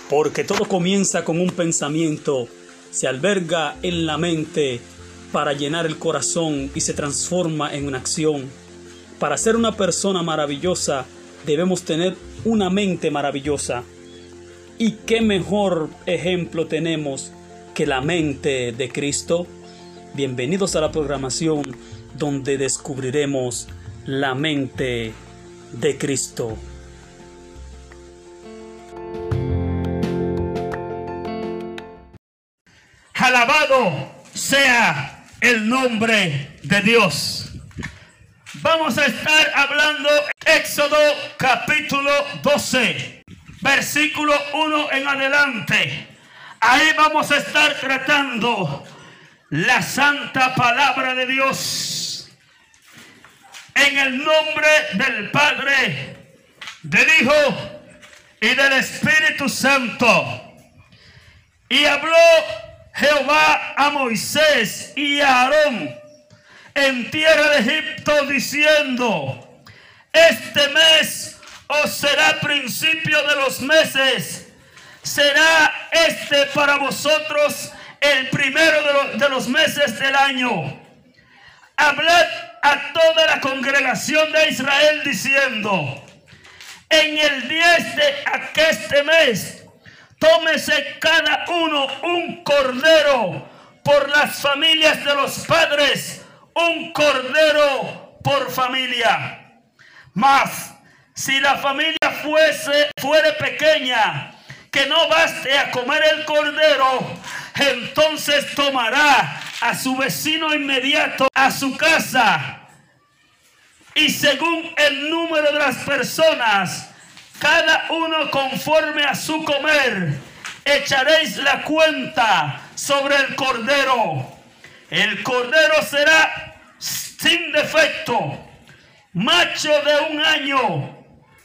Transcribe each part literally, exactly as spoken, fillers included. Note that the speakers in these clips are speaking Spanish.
porque todo comienza con un pensamiento, se alberga en la mente para llenar el corazón y se transforma en una acción. Para ser una persona maravillosa debemos tener una mente maravillosa. ¿Y qué mejor ejemplo tenemos que la mente de Cristo? Bienvenidos a la programación donde descubriremos la mente de Cristo. Alabado sea el nombre de Dios. Vamos a estar hablando Éxodo capítulo doce, versículo uno en adelante. Ahí vamos a estar tratando la santa palabra de Dios. En el nombre del Padre, del Hijo y del Espíritu Santo. Y habló Jehová a Moisés y a Aarón en tierra de Egipto, diciendo: este mes os será principio de los meses, será este para vosotros el primero de, lo, de los meses del año. Hablad a toda la congregación de Israel diciendo: en el diez de aqueste mes, tómese cada uno un cordero por las familias de los padres, un cordero por familia. Mas si la familia fuese, fuere pequeña, que no baste a comer el cordero, entonces tomará a su vecino inmediato a su casa, y según el número de las personas, cada uno conforme a su comer, echaréis la cuenta sobre el cordero. El cordero será sin defecto, macho de un año.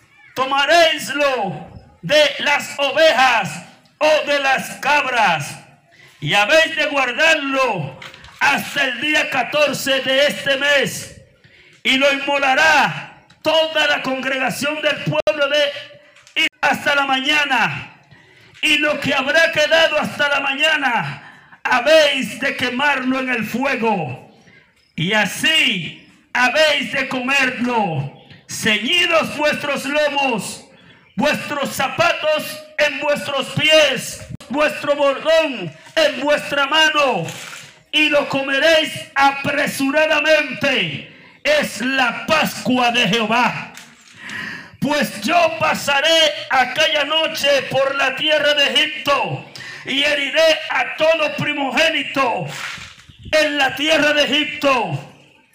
Tomaréislo de las ovejas o de las cabras, y habéis de guardarlo hasta el día catorce de este mes, y lo inmolará toda la congregación del pueblo de Israel hasta la mañana. Y lo que habrá quedado hasta la mañana, habéis de quemarlo en el fuego, y así habéis de comerlo. Ceñidos vuestros lomos, vuestros zapatos en vuestros pies, vuestro bordón en vuestra mano, y lo comeréis apresuradamente. Es la Pascua de Jehová. Pues yo pasaré aquella noche por la tierra de Egipto, y heriré a todo primogénito en la tierra de Egipto,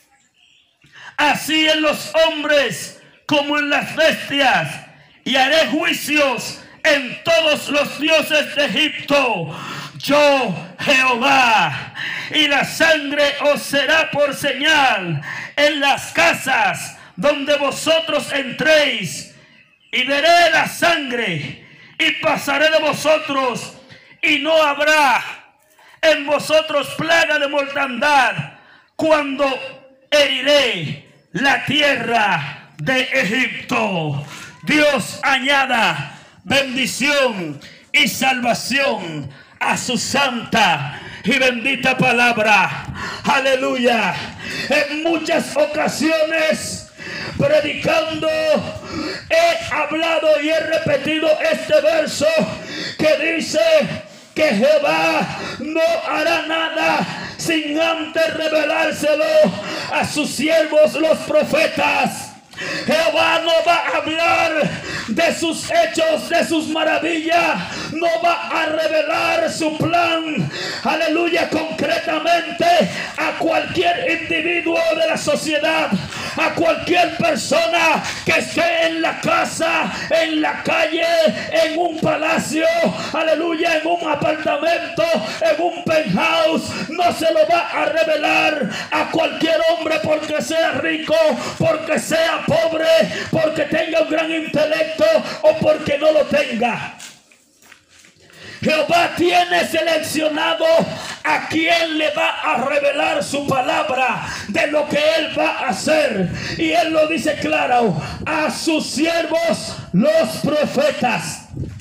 así en los hombres como en las bestias, y haré juicios en todos los dioses de Egipto. Yo, Jehová, y la sangre os será por señal en las casas donde vosotros entréis, y veré la sangre, y pasaré de vosotros, y no habrá en vosotros plaga de mortandad, cuando heriré la tierra de Egipto. Dios añada bendición y salvación a su santa y bendita palabra. Aleluya. En muchas ocasiones, predicando, he hablado y he repetido este verso que dice que Jehová no hará nada sin antes revelárselo a sus siervos los profetas. Jehová no va a hablar de sus hechos, de sus maravillas, no va a revelar su plan, aleluya, concretamente a cualquier individuo de la sociedad, a cualquier persona que esté en la casa, en la calle, en un palacio, aleluya, en un apartamento, en un penthouse. No se lo va a revelar a cualquier hombre porque sea rico, porque sea pobre, porque tenga un gran intelecto o porque no lo tenga. Jehová tiene seleccionado a quien le va a revelar su palabra de lo que él va a hacer, y él lo dice claro: a sus siervos los profetas.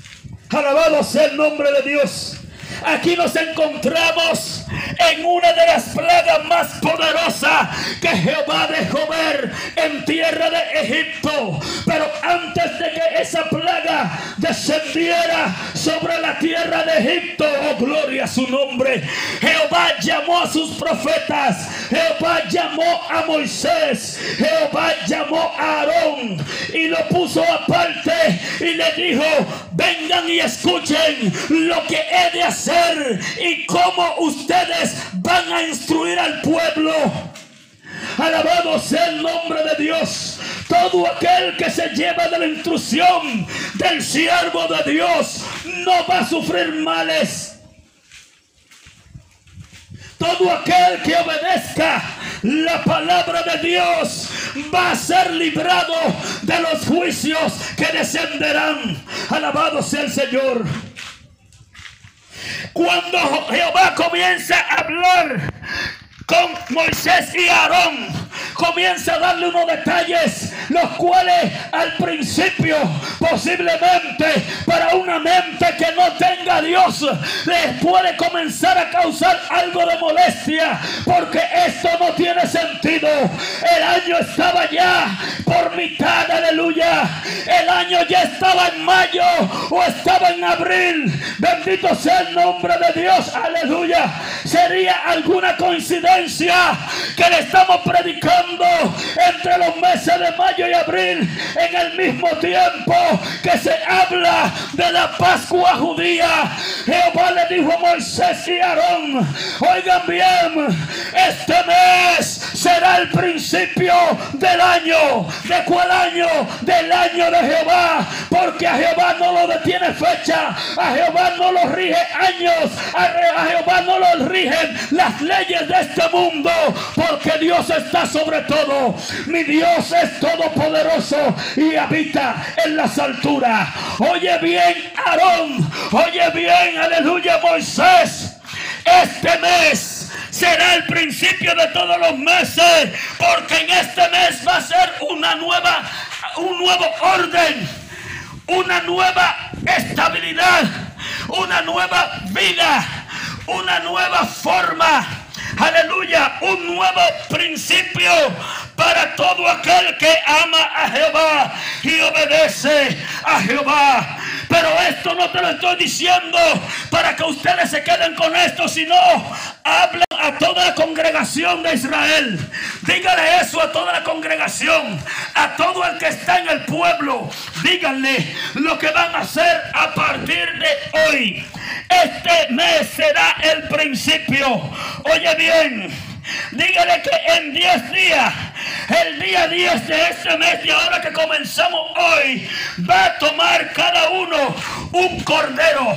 Alabado sea el nombre de Dios. Aquí nos encontramos en una de las plagas más poderosas que Jehová dejó ver en tierra de Egipto. Pero antes de que esa plaga descendiera sobre la tierra de Egipto, oh gloria a su nombre, Jehová llamó a sus profetas, Jehová llamó a Moisés, Jehová llamó a Aarón y lo puso aparte y le dijo: vengan y escuchen lo que he de hacer y cómo ustedes van a instruir al pueblo. Alabado sea el nombre de Dios. Todo aquel que se lleva de la instrucción del siervo de Dios no va a sufrir males. Todo aquel que obedezca la palabra de Dios va a ser librado de los juicios que descenderán. Alabado sea el Señor. Cuando Jehová comienza a hablar con Moisés y Aarón, comienza a darle unos detalles, los cuales al principio posiblemente para una mente que no tenga a Dios les puede comenzar a causar algo de molestia, porque esto no tiene sentido. El año estaba ya por mitad, aleluya. El año ya estaba en mayo o estaba en abril. Bendito sea el nombre de Dios, aleluya. Sería alguna coincidencia que le estamos predicando entre los meses de mayo y abril en el mismo tiempo que se habla de la Pascua judía. Jehová le dijo a Moisés y Aarón: oigan bien, este mes será el principio del año. ¿De cuál año? Del año de Jehová, porque a Jehová no lo detiene fecha, a Jehová no lo rige años, a Jehová no lo rigen las leyes de este mundo, porque Dios está sobre todo. Mi Dios es todopoderoso y habita en las alturas. Oye bien, Aarón, oye bien, aleluya, Moisés, este mes será el principio de todos los meses, porque en este mes va a ser una nueva, un nuevo orden, una nueva estabilidad, una nueva vida, una nueva forma, aleluya, un nuevo principio para todo aquel que ama a Jehová y obedece a Jehová. Pero esto no te lo estoy diciendo para que ustedes se queden con esto, sino habla a toda la congregación de Israel. Dígale eso a toda la congregación, a todo el que está en el pueblo. Díganle lo que van a hacer a partir de hoy. Este mes será el principio. Oye bien, dígale que en diez días, el día diez de este mes, de ahora que comenzamos hoy, va a tomar cada uno un cordero.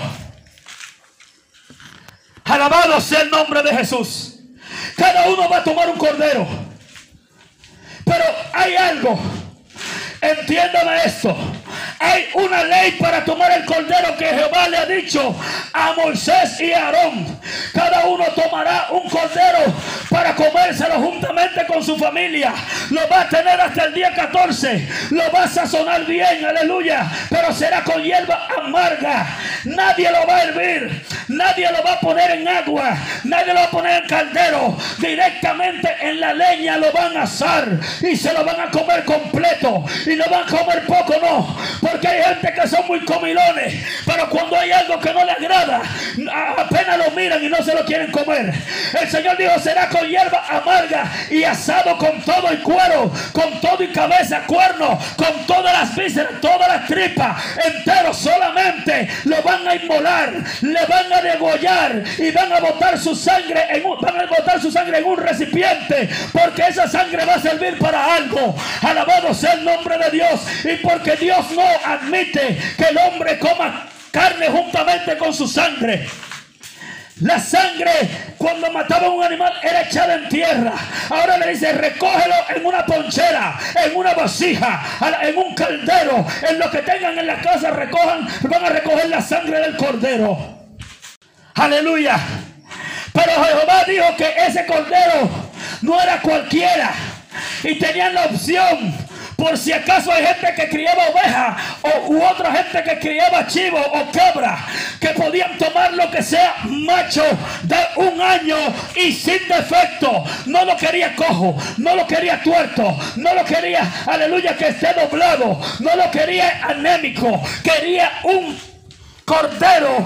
Alabado sea el nombre de Jesús. Cada uno va a tomar un cordero. Pero hay algo, entiéndame esto. Hay una ley para tomar el cordero que Jehová le ha dicho a Moisés y a Aarón. Cada uno tomará un cordero para comérselo juntamente con su familia. Lo va a tener hasta el día catorce. Lo va a sazonar bien, aleluya. Pero será con hierba amarga. Nadie lo va a hervir. Nadie lo va a poner en agua. Nadie lo va a poner en caldero. Directamente en la leña lo van a asar. Y se lo van a comer completo. Y no van a comer poco, no. Porque hay gente que son muy comilones, pero cuando hay algo que no le agrada, apenas lo miran y no se lo quieren comer. El Señor dijo: será con hierba amarga y asado con todo y cuero, con todo y cabeza, cuerno, con todas las vísceras, todas las tripas, entero. Solamente lo van a inmolar, le van a degollar y van a botar su sangre en un, van a botar su sangre en un recipiente, porque esa sangre va a servir para algo. Alabado sea el nombre de Dios. Y porque Dios no admite que el hombre coma carne juntamente con su sangre. La sangre, cuando mataban un animal, era echada en tierra. Ahora le dice: recógelo en una ponchera, en una vasija, en un caldero, en lo que tengan en la casa. Recojan, van a recoger la sangre del cordero. Aleluya. Pero Jehová dijo que ese cordero no era cualquiera, y tenían la opción: Por si acaso hay gente que criaba ovejas o u otra gente que criaba chivo o cabra, que podían tomar lo que sea macho de un año y sin defecto. No lo quería cojo, no lo quería tuerto, no lo quería, aleluya, que esté doblado, no lo quería anémico, quería un cordero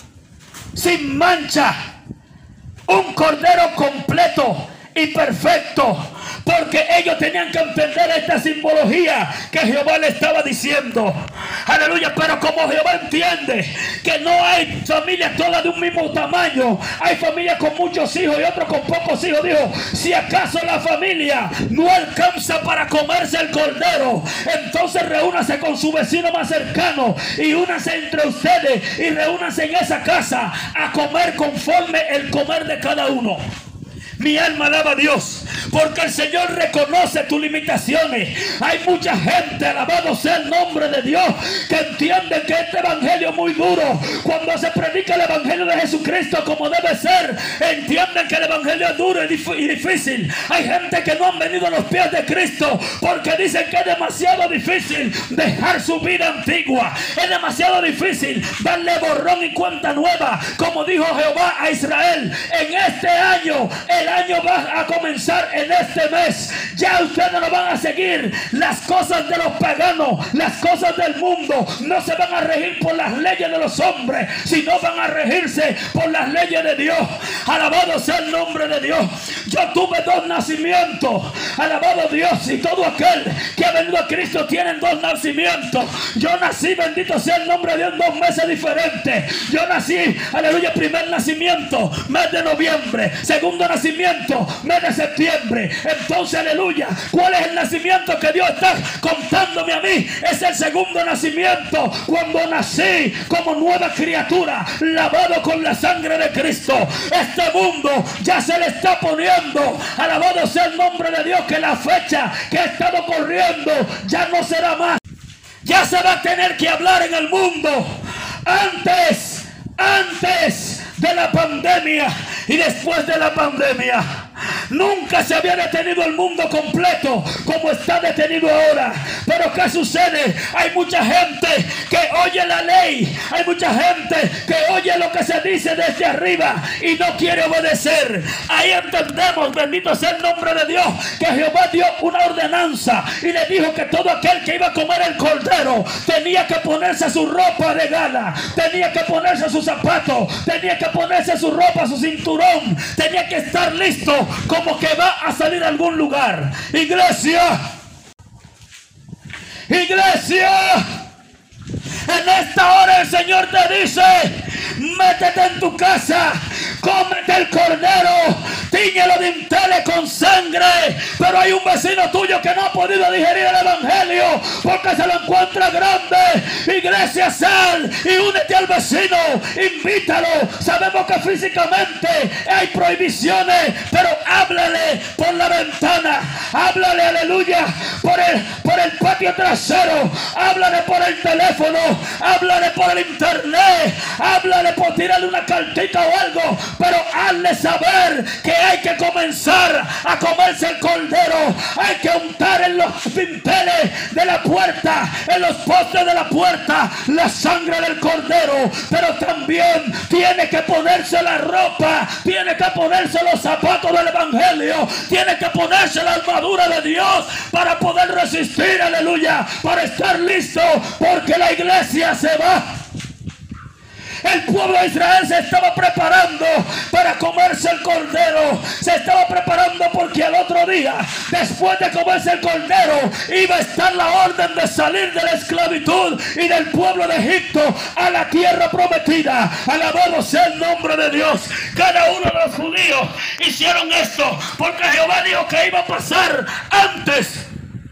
sin mancha, un cordero completo y perfecto, porque ellos tenían que entender esta simbología que Jehová le estaba diciendo. Aleluya. Pero como Jehová entiende que no hay familias todas de un mismo tamaño, hay familias con muchos hijos y otros con pocos hijos, dijo: si acaso la familia no alcanza para comerse el cordero, entonces reúnase con su vecino más cercano y únase entre ustedes y reúnanse en esa casa a comer conforme el comer de cada uno. Mi alma alaba a Dios, porque el Señor reconoce tus limitaciones. Hay mucha gente, alabado sea el nombre de Dios, que entiende que este evangelio es muy duro. Cuando se predica el evangelio de Jesucristo como debe ser, entienden que el evangelio es duro y difícil. Hay gente que no han venido a los pies de Cristo porque dicen que es demasiado difícil dejar su vida antigua. Es demasiado difícil darle borrón y cuenta nueva, como dijo Jehová a Israel: en este año, el año va a comenzar en este mes. Ya ustedes no van a seguir las cosas de los paganos, las cosas del mundo. No se van a regir por las leyes de los hombres, sino van a regirse por las leyes de Dios. Alabado sea el nombre de Dios. Yo tuve dos nacimientos, alabado Dios, y todo aquel que ha venido a Cristo tiene dos nacimientos. Yo nací, bendito sea el nombre de Dios, en dos meses diferentes. Yo nací, aleluya, primer nacimiento, mes de noviembre. Segundo nacimiento, mes de septiembre. Entonces, aleluya, ¿cuál es el nacimiento que Dios está contándome a mí? Es el segundo nacimiento, cuando nací como nueva criatura, lavado con la sangre de Cristo. Este mundo ya se le está poniendo, alabado sea el nombre de Dios, que la fecha que ha estado corriendo ya no será más. Ya se va a tener que hablar en el mundo. Antes, antes de la pandemia y después de la pandemia, nunca se había detenido el mundo completo como está detenido ahora. Pero ¿qué sucede? Hay mucha gente que oye la ley, hay mucha gente que oye lo que se dice desde arriba y no quiere obedecer. Ahí entendemos, bendito sea el nombre de Dios, que Jehová dio una ordenanza y le dijo que todo aquel que iba a comer el cordero tenía que ponerse su ropa de gala, tenía que ponerse sus zapatos, tenía que ponerse su ropa, su cinturón, tenía que estar listo como que va a salir a algún lugar. Iglesia, iglesia, en esta hora el Señor te dice: métete en tu casa, cómete el cordero, tíñelo de intele con sangre. Pero hay un vecino tuyo que no ha podido digerir el evangelio porque se lo encuentra grande. Iglesia, sal y únete al vecino, invítalo. Sabemos que físicamente hay prohibiciones, pero háblale por la ventana, háblale, aleluya, por el, por el patio trasero, háblale por el teléfono, háblale por el internet, háblale por tirarle una cartita o algo, pero hazle saber que hay que comenzar a comerse el cordero. Hay que untar en los pinteles de la puerta, en los postes de la puerta, la sangre del cordero. Pero también tiene que ponerse la ropa, tiene que ponerse los zapatos del evangelio, tiene que ponerse la armadura de Dios para poder resistir, aleluya, para estar listo, porque la iglesia se va. El pueblo de Israel se estaba preparando para comerse el cordero. Se estaba preparando porque al otro día, después de comerse el cordero, iba a estar la orden de salir de la esclavitud y del pueblo de Egipto a la tierra prometida. Alabado sea el nombre de Dios. Cada uno de los judíos hicieron esto porque Jehová dijo que iba a pasar antes.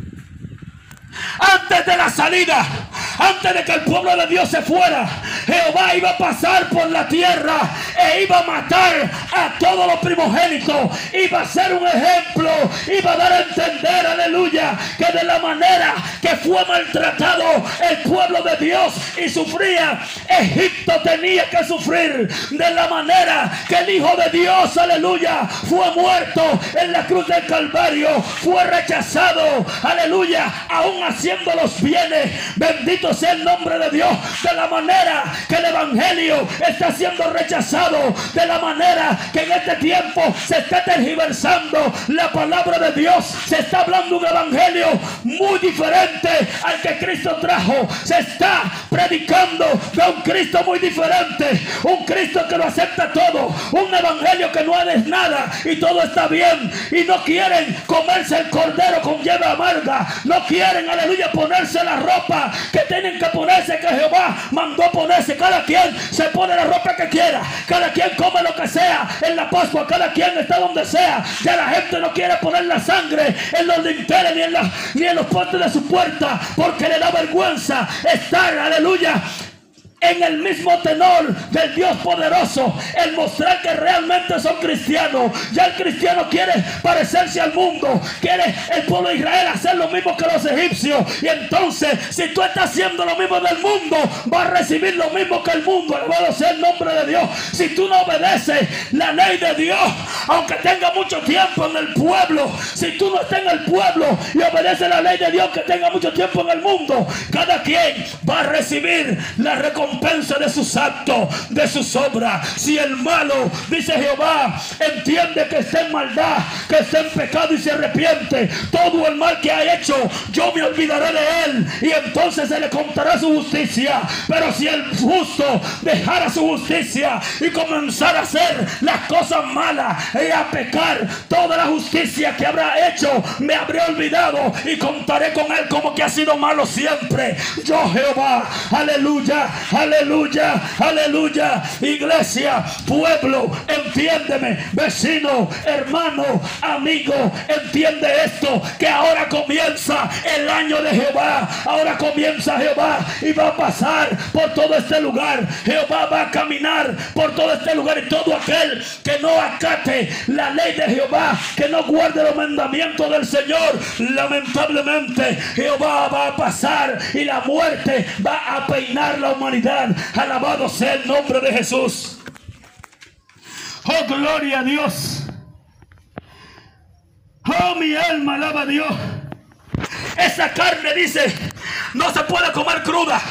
Antes de la salida, antes de que el pueblo de Dios se fuera, Jehová iba a pasar por la tierra e iba a matar a todos los primogénitos. Iba a ser un ejemplo, iba a dar a entender, aleluya, que de la manera que fue maltratado el pueblo de Dios y sufría, Egipto tenía que sufrir. De la manera que el Hijo de Dios, aleluya, fue muerto en la cruz del Calvario, fue rechazado, aleluya, aún haciendo los bienes, bendito sea el nombre de Dios. De la manera que el evangelio está siendo rechazado, de la manera que en este tiempo se está tergiversando la palabra de Dios, se está hablando un evangelio muy diferente al que Cristo trajo. Se está predicando de un Cristo muy diferente, un Cristo que lo acepta todo, un evangelio que no es nada y todo está bien, y no quieren comerse el cordero con hierba amarga, no quieren, aleluya, ponerse la ropa que tienen que ponerse, que Jehová mandó ponerse. Cada quien se pone la ropa que quiera, cada quien come lo que sea en la Pascua, cada quien está donde sea. Ya la gente no quiere poner la sangre en los linternos ni en, la, ni en los postes de su puerta, porque le da vergüenza estar, aleluya, en el mismo tenor del Dios poderoso, el mostrar que realmente son cristianos. Ya el cristiano quiere parecerse al mundo, quiere el pueblo de Israel hacer lo mismo que los egipcios, y entonces si tú estás haciendo lo mismo del mundo, vas a recibir lo mismo que el mundo. Alabado sea el nombre de Dios. Si tú no obedeces la ley de Dios, aunque tenga mucho tiempo en el pueblo, si tú no estás en el pueblo y obedeces la ley de Dios que tenga mucho tiempo en el mundo, cada quien va a recibir la recompensa de sus actos, de sus obras. Si el malo, dice Jehová, entiende que está en maldad, que está en pecado y se arrepiente, todo el mal que ha hecho, yo me olvidaré de él, y entonces se le contará su justicia. Pero si el justo dejara su justicia y comenzara a hacer las cosas malas y a pecar, toda la justicia que habrá hecho me habré olvidado y contaré con él como que ha sido malo siempre. Yo Jehová, aleluya, aleluya, aleluya. Iglesia, pueblo, entiéndeme, vecino, hermano, amigo, entiende esto, que ahora comienza el año de Jehová. Ahora comienza Jehová y va a pasar por todo este lugar. Jehová va a caminar por todo este lugar, y todo aquel que no acate la ley de Jehová, que no guarde los mandamientos del Señor, lamentablemente Jehová va a pasar y la muerte va a peinar la humanidad. Alabado sea el nombre de Jesús. Oh, gloria a Dios. Oh, mi alma alaba a Dios. Esa carne, dice, no se puede comer cruda,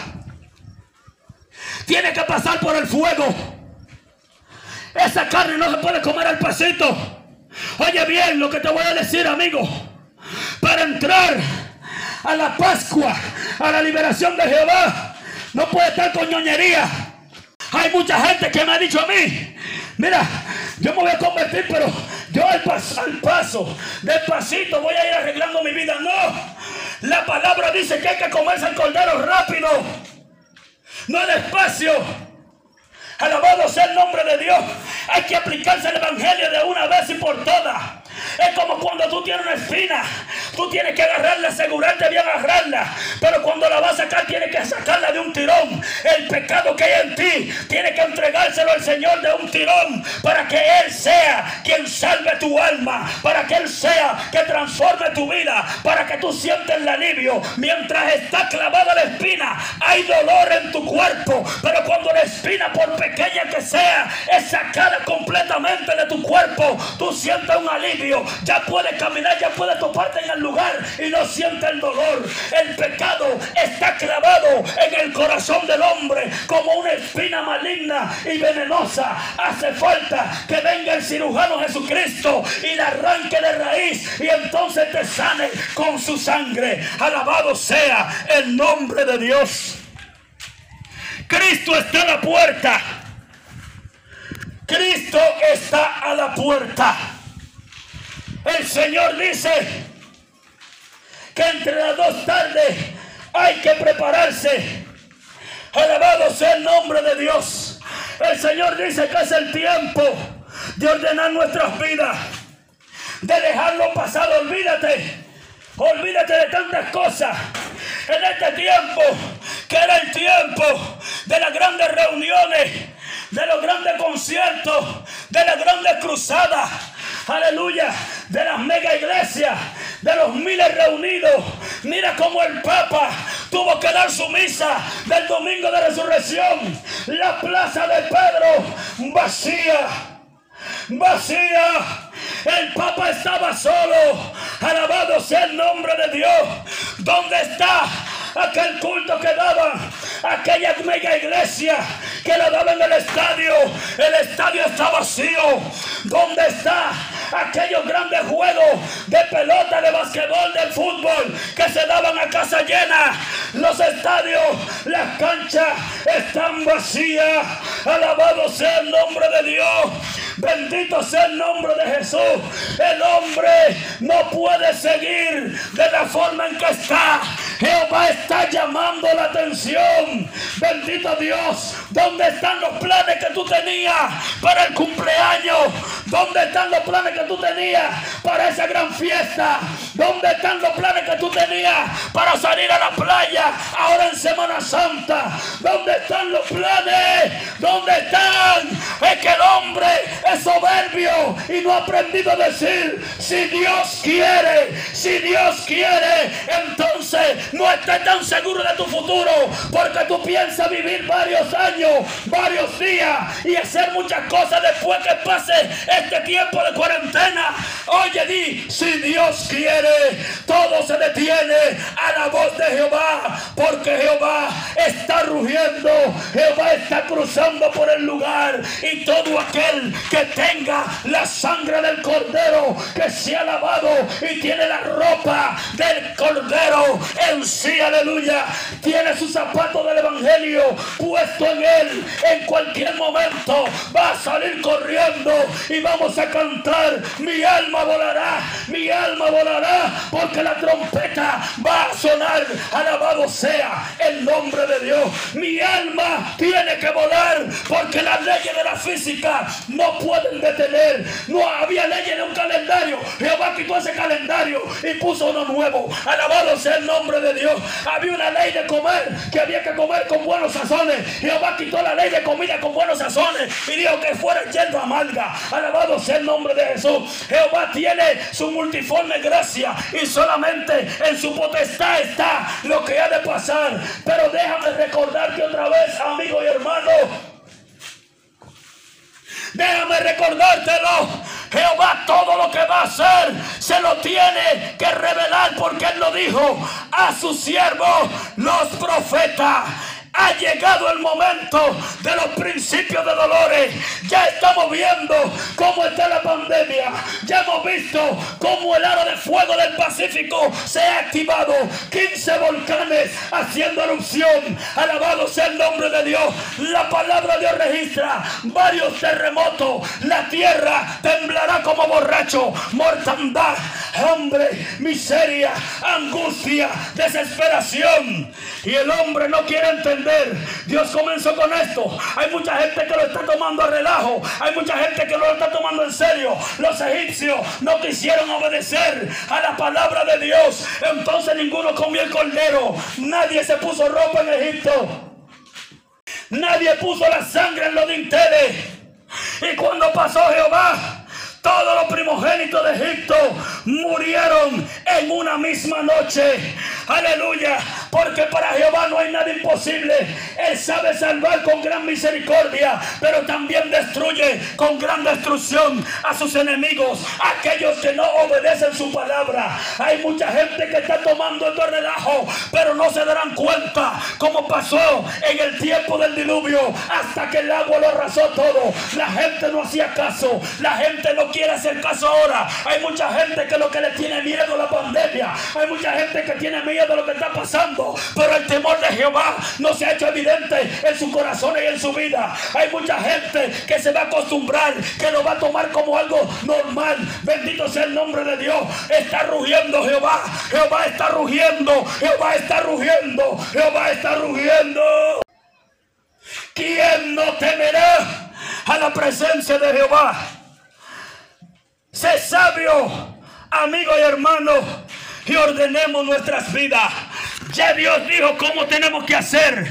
tiene que pasar por el fuego. Esa carne no se puede comer al pasito. Oye bien lo que te voy a decir, amigo. Para entrar a la Pascua, a la liberación de Jehová, no puede estar con ñoñería. Hay mucha gente que me ha dicho a mí, mira, yo me voy a convertir, pero yo al paso, al paso, despacito voy a ir arreglando mi vida. No, la palabra dice que hay que comerse el cordero rápido, no despacio. Alabado sea el nombre de Dios. Hay que aplicarse el evangelio de una vez y por todas. Es como cuando tú tienes una espina, tú tienes que agarrarla, asegurarte bien agarrarla, pero cuando la vas a sacar tienes que sacarla de un tirón. El pecado que hay en ti tienes que entregárselo al Señor de un tirón, para que Él sea quien salve tu alma, para que Él sea que transforme tu vida, para que tú sientas el alivio. Mientras está clavada la espina, hay dolor en tu cuerpo, pero cuando la espina, por pequeña que sea, es sacada completamente de tu cuerpo, tú sientes un alivio. Ya puedes caminar, ya puedes toparte en el lugar y no sientes el dolor. El pecado está clavado en el corazón del hombre como una espina maligna y venenosa. Hace falta que venga el cirujano Jesucristo y la arranque de raíz, y entonces te sane con su sangre. Alabado sea el nombre de Dios. Cristo está a la puerta. Cristo está a la puerta. El Señor dice que entre las dos tardes hay que prepararse. Alabado sea el nombre de Dios. El Señor dice que es el tiempo de ordenar nuestras vidas, de dejarlo pasado. Olvídate, olvídate de tantas cosas. En este tiempo, que era el tiempo de las grandes reuniones, de los grandes conciertos, de las grandes cruzadas, aleluya, de las mega iglesias, de los miles reunidos. Mira cómo el Papa tuvo que dar su misa del domingo de resurrección. La plaza de Pedro vacía, vacía. El Papa estaba solo. Alabado sea el nombre de Dios. ¿Dónde está aquel culto que daban? Aquella mega iglesia que la daban en el estadio. El estadio está vacío. ¿Dónde está aquellos grandes juegos de pelota, de basquetbol, de fútbol que se daban a casa llena? Los estadios, las canchas están vacías. Alabado sea el nombre de Dios. Bendito sea el nombre de Jesús. El hombre no puede seguir de la forma en que está. Jehová está llamando la atención. Bendito Dios. ¿Dónde están los planes que tú tenías para el cumpleaños? ¿Dónde están los planes que tú tenías para esa gran fiesta? ¿Dónde están los planes que tú tenías para salir a la playa ahora en Semana Santa? ¿Dónde están los planes? ¿Dónde están? Es que el hombre es soberbio y no ha aprendido a decir: si Dios quiere, si Dios quiere. Entonces no estés tan seguro de tu futuro, porque tú piensas vivir varios años, varios días y hacer muchas cosas después que pase este tiempo de cuarentena. Oye, di: si Dios quiere. Todo se detiene a la voz de Jehová, porque Jehová está rugiendo, Jehová está cruzando por el lugar, y todo aquel que tenga la sangre del Cordero, que se ha lavado y tiene la ropa del Cordero en sí, aleluya, tiene su zapato del Evangelio puesto en él, en cualquier momento va a salir corriendo y vamos a cantar: mi alma volará, mi alma volará, porque la trompeta va a sonar. Alabado sea el nombre de Dios. Mi alma tiene que volar, porque las leyes de la física no pueden detener. No había leyes de un calendario. Jehová quitó ese calendario y puso uno nuevo. Alabado sea el nombre de Dios. Había una ley de comer, que había que comer con buenos sazones. Jehová quitó la ley de comida con buenos sazones y dijo que fuera hierba amarga. Alabado sea el nombre de Jesús. Jehová tiene su multiforme gracia y solamente en su potestad está lo que ha de pasar. Pero déjame recordarte otra vez, amigo y hermano, déjame recordártelo: Jehová todo lo que va a hacer se lo tiene que revelar, porque Él lo dijo a sus siervos los profetas. Ha llegado el momento de los principios de dolores. Ya estamos viendo cómo está la pandemia. Ya hemos visto cómo el aro de fuego del Pacífico se ha activado. quince volcanes haciendo erupción. Alabado sea el nombre de Dios. La palabra de Dios registra varios terremotos. La tierra temblará como borracho. Mortandad, hambre, miseria, angustia, desesperación. Y el hombre no quiere entender. Dios comenzó con esto. Hay mucha gente que lo está tomando a relajo. Hay mucha gente que lo está tomando en serio. Los egipcios no quisieron obedecer a la palabra de Dios. Entonces ninguno comió el cordero. Nadie se puso ropa en Egipto. Nadie puso la sangre en los dinteles. Y cuando pasó Jehová, todos los primogénitos de Egipto murieron en una misma noche. Aleluya, porque para Jehová no hay nada imposible. Él sabe salvar con gran misericordia, pero también destruye con gran destrucción a sus enemigos, aquellos que no obedecen su palabra. Hay mucha gente que está tomando esto relajo, pero no se darán cuenta, como pasó en el tiempo del diluvio, hasta que el agua lo arrasó todo. La gente no hacía caso, la gente no quiere hacer caso ahora. Hay mucha gente que lo que le tiene miedo a la pandemia. Hay mucha gente que tiene miedo de lo que está pasando, pero el temor de Jehová no se ha hecho evidente en sus corazones y en su vida. Hay mucha gente que se va a acostumbrar, que lo va a tomar como algo normal. Bendito sea el nombre de Dios. Está rugiendo Jehová. Jehová está rugiendo. Jehová está rugiendo. Jehová está rugiendo. ¿Quién no temerá a la presencia de Jehová? Sé sabio, amigo y hermano, y ordenemos nuestras vidas. Ya Dios dijo cómo tenemos que hacer,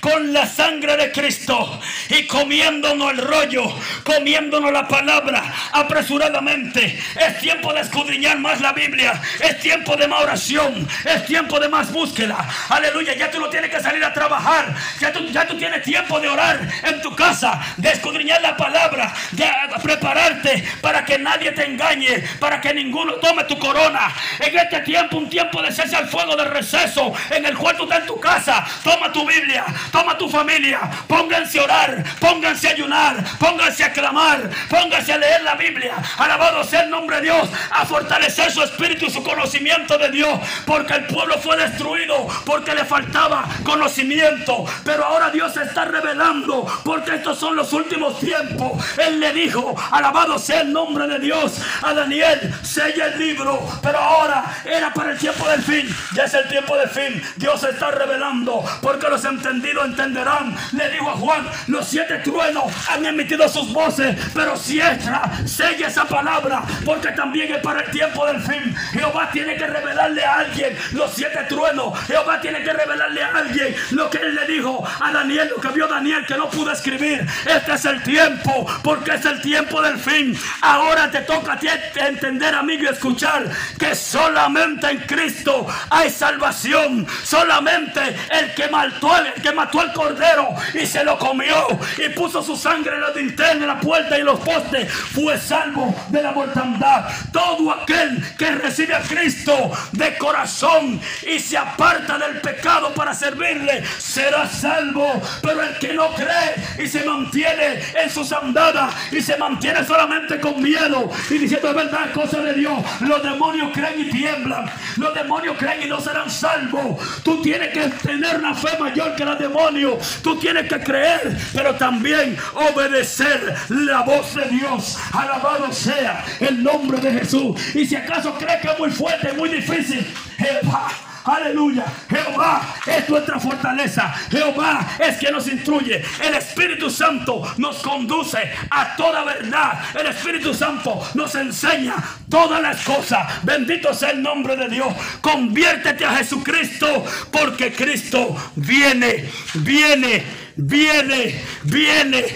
con la sangre de Cristo y comiéndonos el rollo, comiéndonos la palabra apresuradamente. Es tiempo de escudriñar más la Biblia, es tiempo de más oración, es tiempo de más búsqueda. Aleluya, ya tú no tienes que salir a trabajar, ya tú, ya tú tienes tiempo de orar en tu casa, de escudriñar la palabra, de prepararte para que nadie te engañe, para que ninguno tome tu corona. En este tiempo, un tiempo de cese al fuego, de receso, en el cual tú estás en tu casa. Toma tu Biblia, toma tu familia, pónganse a orar, pónganse a ayunar, pónganse a clamar, pónganse a leer la Biblia. Alabado sea el nombre de Dios, a fortalecer su espíritu y su conocimiento de Dios, porque el pueblo fue destruido porque le faltaba conocimiento, pero ahora Dios se está revelando, porque estos son los últimos tiempos. Él le dijo, alabado sea el nombre de Dios, a Daniel, sella el libro, pero ahora era para el tiempo del fin. Ya es el tiempo del fin. Dios se está revelando, porque los entendidos entenderán. Le dijo a Juan, los siete truenos han emitido sus voces, pero cierra, sella esa palabra, porque también es para el tiempo del fin. Jehová tiene que revelarle a alguien los siete truenos. Jehová tiene que revelarle a alguien lo que él le dijo a Daniel, lo que vio Daniel, que no pudo escribir. Este es el tiempo, porque es el tiempo del fin. Ahora te toca a ti entender, amigo, y escuchar que solamente en Cristo hay salvación. Solamente el que mató, el que mató al cordero y se lo comió y puso su sangre en los dinteles, en la puerta y en los postes, fue salvo de la mortandad. Todo aquel que recibe a Cristo de corazón y se aparta del pecado para servirle será salvo. Pero el que no cree y se mantiene en sus andadas y se mantiene solamente con miedo y diciendo es verdad, cosa de Dios, los demonios creen y tiemblan, los demonios creen y no serán salvos. Tú tienes que tener una fe mayor que los demonios. Tú tienes que creer, pero también obedecer la voz de Dios. Alabado sea el nombre de Jesús. Y si acaso crees que es muy fuerte, muy difícil, Jehová, aleluya, Jehová es nuestra fortaleza. Jehová es quien nos instruye. El Espíritu Santo nos conduce a toda verdad. El Espíritu Santo nos enseña todas las cosas. Bendito sea el nombre de Dios. Conviértete a Jesucristo, porque Cristo viene, viene, viene, viene,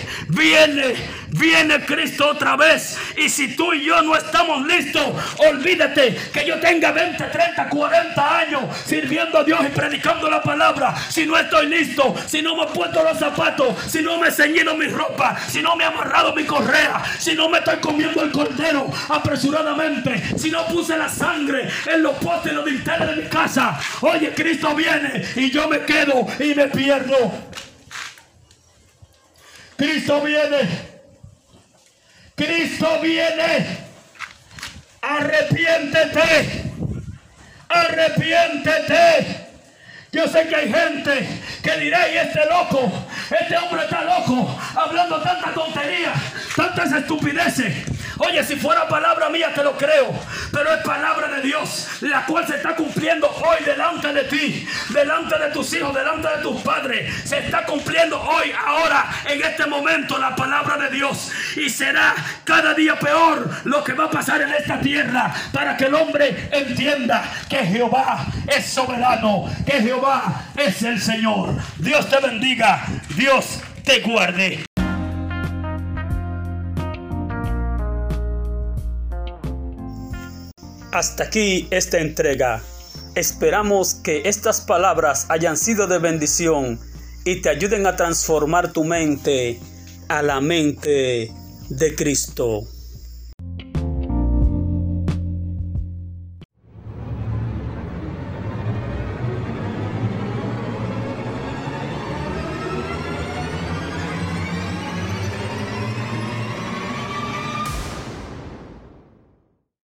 viene. Viene Cristo otra vez. Y si tú y yo no estamos listos, olvídate que yo tenga veinte, treinta, cuarenta años sirviendo a Dios y predicando la palabra. Si no estoy listo, si no me he puesto los zapatos, si no me he ceñido mi ropa, si no me he amarrado mi correa, si no me estoy comiendo el cordero apresuradamente, si no puse la sangre en los postes y los dinteles de mi casa, oye, Cristo viene y yo me quedo y me pierdo. Cristo viene. Cristo viene. Arrepiéntete. Arrepiéntete. Yo sé que hay gente que dirá, y este loco, este hombre está loco, hablando tanta tontería, tantas estupideces. Oye, si fuera palabra mía te lo creo, pero es palabra de Dios, la cual se está cumpliendo hoy delante de ti, delante de tus hijos, delante de tus padres. Se está cumpliendo hoy, ahora, en este momento, la palabra de Dios. Y será cada día peor lo que va a pasar en esta tierra, para que el hombre entienda que Jehová es soberano, que Jehová es el Señor. Dios te bendiga, Dios te guarde. Hasta aquí esta entrega. Esperamos que estas palabras hayan sido de bendición y te ayuden a transformar tu mente a la mente de Cristo.